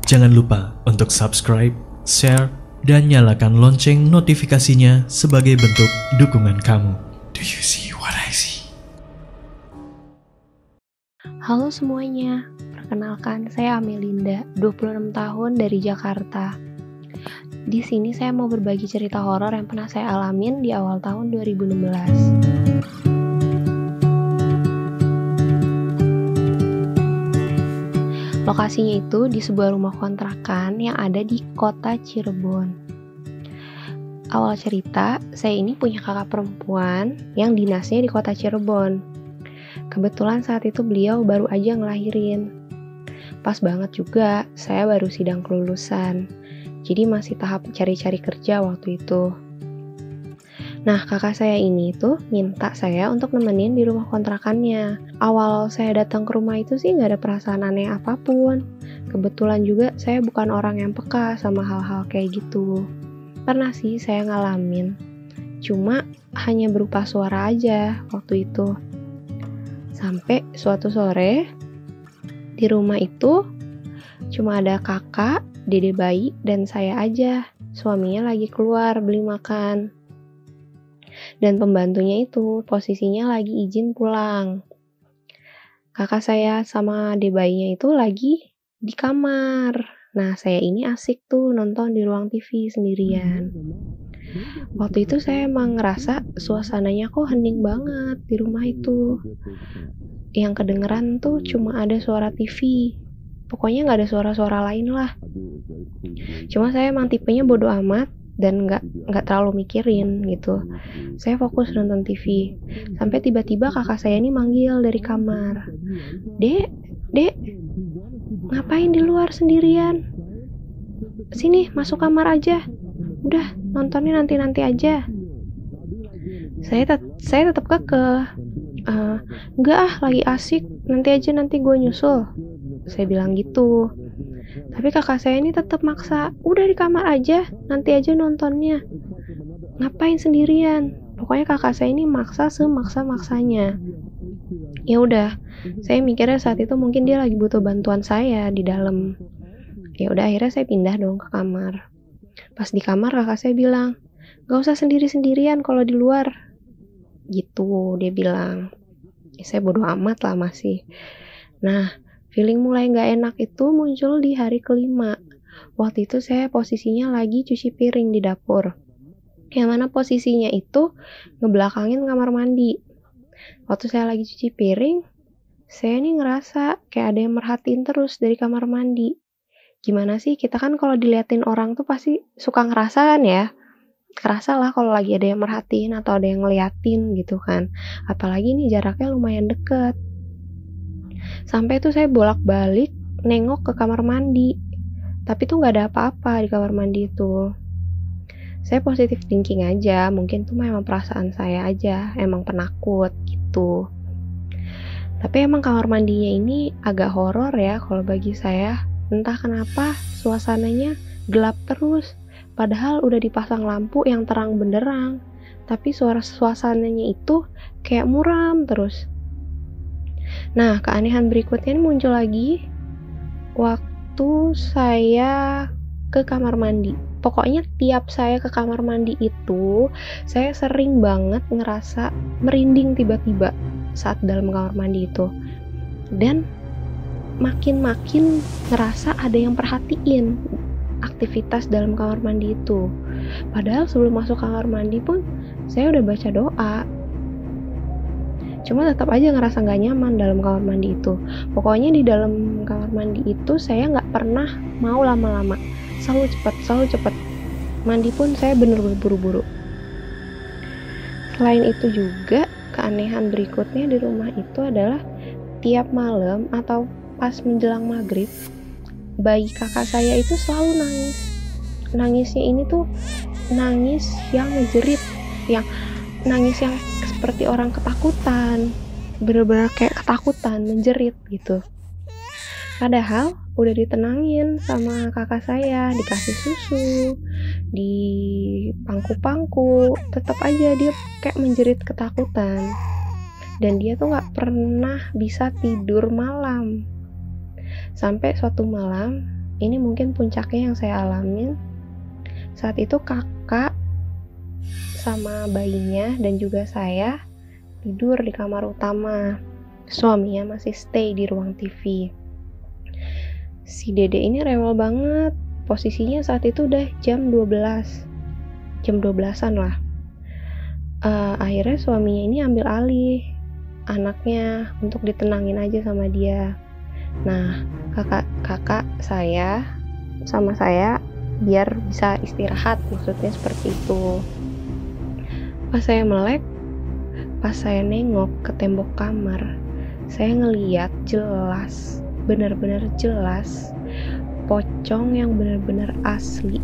Jangan lupa untuk subscribe, share, dan nyalakan lonceng notifikasinya sebagai bentuk dukungan kamu. Do you see what I see? Halo semuanya, perkenalkan saya Amelinda, 26 tahun dari Jakarta. Di sini saya mau berbagi cerita horor yang pernah saya alamin di awal tahun 2016. Lokasinya itu di sebuah rumah kontrakan yang ada di kota Cirebon. Awal cerita, saya ini punya kakak perempuan yang dinasnya di kota Cirebon. Kebetulan saat itu beliau baru aja ngelahirin. Pas banget juga, saya baru sidang kelulusan. Jadi masih tahap cari-cari kerja waktu itu. Nah, kakak saya ini tuh minta saya untuk nemenin di rumah kontrakannya. Awal saya datang ke rumah itu sih gak ada perasaan aneh apapun. Kebetulan juga saya bukan orang yang peka sama hal-hal kayak gitu. Pernah sih saya ngalamin. Cuma hanya berupa suara aja waktu itu. Sampai suatu sore, di rumah itu cuma ada kakak, dede bayi, dan saya aja. Suaminya lagi keluar beli makan. Dan pembantunya itu posisinya lagi izin pulang. Kakak saya sama adik bayinya itu lagi di kamar. Nah, saya ini asik tuh nonton di ruang TV sendirian. Waktu itu saya emang ngerasa suasananya kok hening banget di rumah itu. Yang kedengeran tuh cuma ada suara TV. Pokoknya gak ada suara-suara lain lah. Cuma saya emang tipenya bodo amat dan nggak terlalu mikirin gitu. Saya fokus nonton TV. Sampai tiba-tiba kakak saya ini manggil dari kamar. Dek, ngapain di luar sendirian? Sini, masuk kamar aja. Udah, nontonnya nanti aja. Saya tetap kekeh. Enggak lagi asik. Nanti gue nyusul. Saya bilang gitu. Tapi kakak saya ini tetap maksa, udah di kamar aja, nanti aja nontonnya. Ngapain sendirian? Pokoknya kakak saya ini maksa semaksa-maksanya. Ya udah, saya mikirnya saat itu mungkin dia lagi butuh bantuan saya di dalam. Ya udah akhirnya saya pindah dong ke kamar. Pas di kamar kakak saya bilang, gak usah sendiri-sendirian kalau di luar. Gitu dia bilang. Ya, saya bodo amat lah masih. Nah, feeling mulai gak enak itu muncul di hari kelima. Waktu itu saya posisinya lagi cuci piring di dapur. Yang mana posisinya itu ngebelakangin kamar mandi. Waktu saya lagi cuci piring, saya nih ngerasa kayak ada yang merhatiin terus dari kamar mandi. Gimana sih, kita kan kalau diliatin orang tuh pasti suka ngerasa kan ya. Kerasa lah kalau lagi ada yang merhatiin atau ada yang ngeliatin gitu kan. Apalagi nih jaraknya lumayan deket. Sampai tuh saya bolak-balik nengok ke kamar mandi. Tapi tuh gak ada apa-apa di kamar mandi itu. Saya positive thinking aja. Mungkin tuh memang perasaan saya aja. Emang penakut gitu. Tapi emang kamar mandinya ini agak horor ya kalau bagi saya. Entah kenapa suasananya gelap terus. Padahal udah dipasang lampu yang terang benderang. Tapi suasananya itu kayak muram terus. Nah, keanehan berikutnya ini muncul lagi waktu saya ke kamar mandi. Pokoknya tiap saya ke kamar mandi itu, saya sering banget ngerasa merinding tiba-tiba saat dalam kamar mandi itu. Dan makin ngerasa ada yang perhatiin aktivitas dalam kamar mandi itu. Padahal sebelum masuk kamar mandi pun, saya udah baca doa. Cuma tetap aja ngerasa gak nyaman dalam kamar mandi itu. Pokoknya di dalam kamar mandi itu saya gak pernah mau lama-lama. Selalu cepat. Mandi pun saya bener-bener buru-buru. Selain itu juga, keanehan berikutnya di rumah itu adalah tiap malam atau pas menjelang maghrib, bayi kakak saya itu selalu nangis. Nangisnya ini tuh nangis yang ngejerit, yang nangis yang seperti orang ketakutan, bener-bener kayak ketakutan, menjerit gitu. Padahal udah ditenangin sama kakak saya, dikasih susu, di pangku-pangku, tetap aja dia kayak menjerit ketakutan. Dan dia tuh gak pernah bisa tidur malam. Sampai suatu malam, ini mungkin puncaknya yang saya alamin. Saat itu kakak sama bayinya dan juga saya tidur di kamar utama. Suaminya masih stay di ruang TV. Si dede ini rewel banget. Posisinya saat itu udah jam 12. Jam 12-an lah. Akhirnya suaminya ini ambil alih anaknya untuk ditenangin aja sama dia. Nah, kakak saya sama saya biar bisa istirahat, maksudnya seperti itu. Pas saya melek, pas saya nengok ke tembok kamar, saya ngeliat jelas, benar-benar jelas, pocong yang benar-benar asli.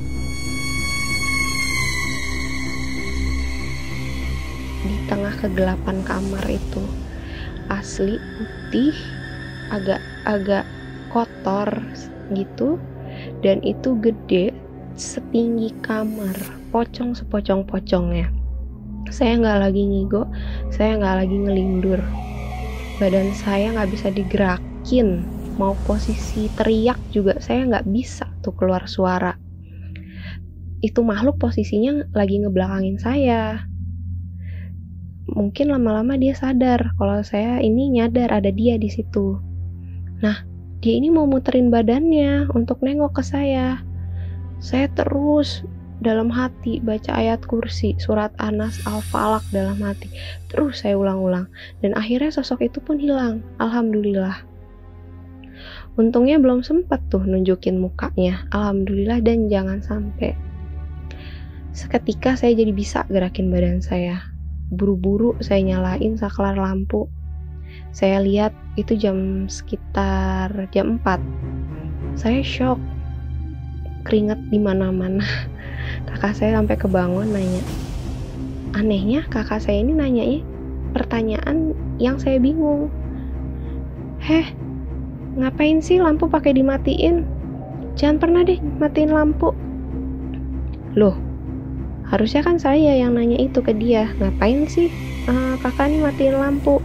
Di tengah kegelapan kamar itu, asli putih, agak kotor gitu, dan itu gede setinggi kamar, pocong sepocong-pocongnya. Saya nggak lagi ngigo, saya nggak lagi ngelindur, badan saya nggak bisa digerakin, mau posisi teriak juga saya nggak bisa tuh keluar suara. Itu makhluk posisinya lagi ngebelakangin saya. Mungkin lama-lama dia sadar kalau saya ini nyadar ada dia di situ. Nah, dia ini mau muterin badannya untuk nengok ke saya. Saya terus dalam hati baca ayat kursi, surat Anas, Al-Falaq dalam hati. Terus saya ulang-ulang. Dan akhirnya sosok itu pun hilang. Alhamdulillah. Untungnya belum sempat tuh nunjukin mukanya. Alhamdulillah, dan jangan sampai. Seketika saya jadi bisa gerakin badan saya. Buru-buru saya nyalain saklar lampu. Saya lihat itu sekitar jam 4. Saya shock. Keringat di mana-mana. Kakak saya sampai kebangun nanya. Anehnya kakak saya ini nanya pertanyaan yang saya bingung. Ngapain sih lampu pakai dimatiin? Jangan pernah deh matiin lampu. Loh, harusnya kan saya yang nanya itu ke dia. Ngapain sih kakak ini matiin lampu?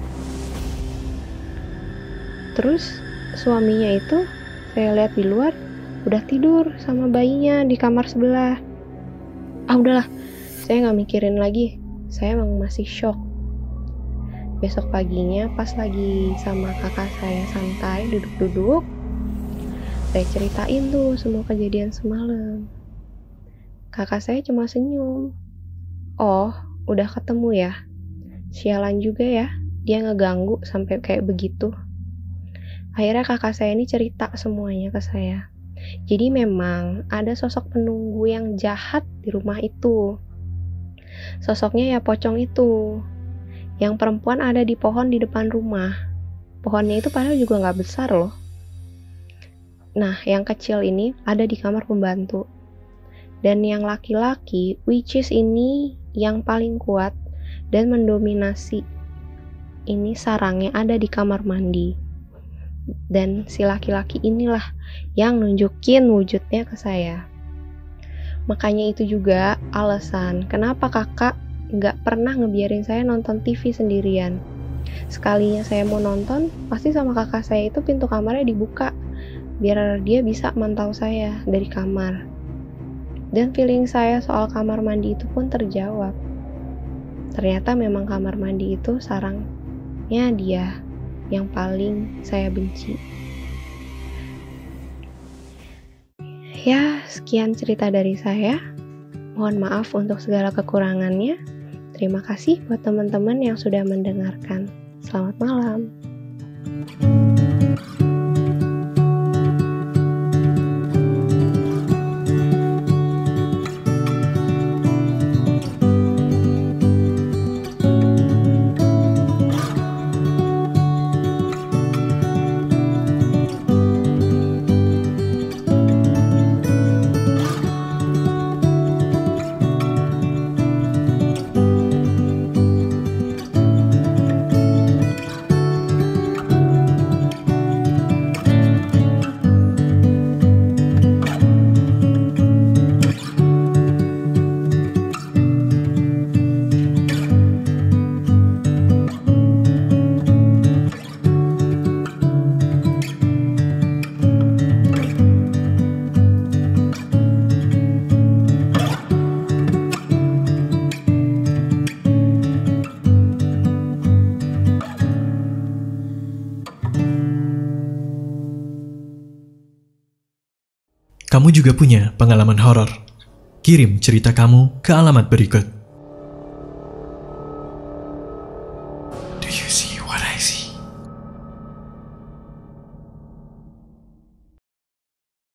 Terus suaminya itu saya lihat di luar udah tidur sama bayinya di kamar sebelah. Udahlah, saya nggak mikirin lagi. Saya emang masih shock. Besok paginya pas lagi sama kakak saya santai duduk-duduk, saya ceritain tuh semua kejadian semalam. Kakak saya cuma senyum. Oh, udah ketemu ya? Sialan juga ya, dia ngeganggu sampai kayak begitu. Akhirnya kakak saya ini cerita semuanya ke saya. Jadi memang ada sosok penunggu yang jahat di rumah itu. Sosoknya ya pocong itu. Yang perempuan ada di pohon di depan rumah. Pohonnya itu padahal juga gak besar loh. Nah, yang kecil ini ada di kamar pembantu. Dan yang laki-laki, which is ini yang paling kuat dan mendominasi. Ini sarangnya ada di kamar mandi. Dan si laki-laki inilah yang nunjukin wujudnya ke saya. Makanya itu juga alasan kenapa kakak gak pernah ngebiarin saya nonton TV sendirian. Sekalinya saya mau nonton, pasti sama kakak saya itu pintu kamarnya dibuka, biar dia bisa mantau saya dari kamar. Dan feeling saya soal kamar mandi itu pun terjawab. Ternyata memang kamar mandi itu sarangnya dia yang paling saya benci. Ya, sekian cerita dari saya. Mohon maaf untuk segala kekurangannya. Terima kasih buat teman-teman yang sudah mendengarkan. Selamat malam. kamu juga punya pengalaman horor? Kirim cerita kamu ke alamat berikut. Do you see what I see?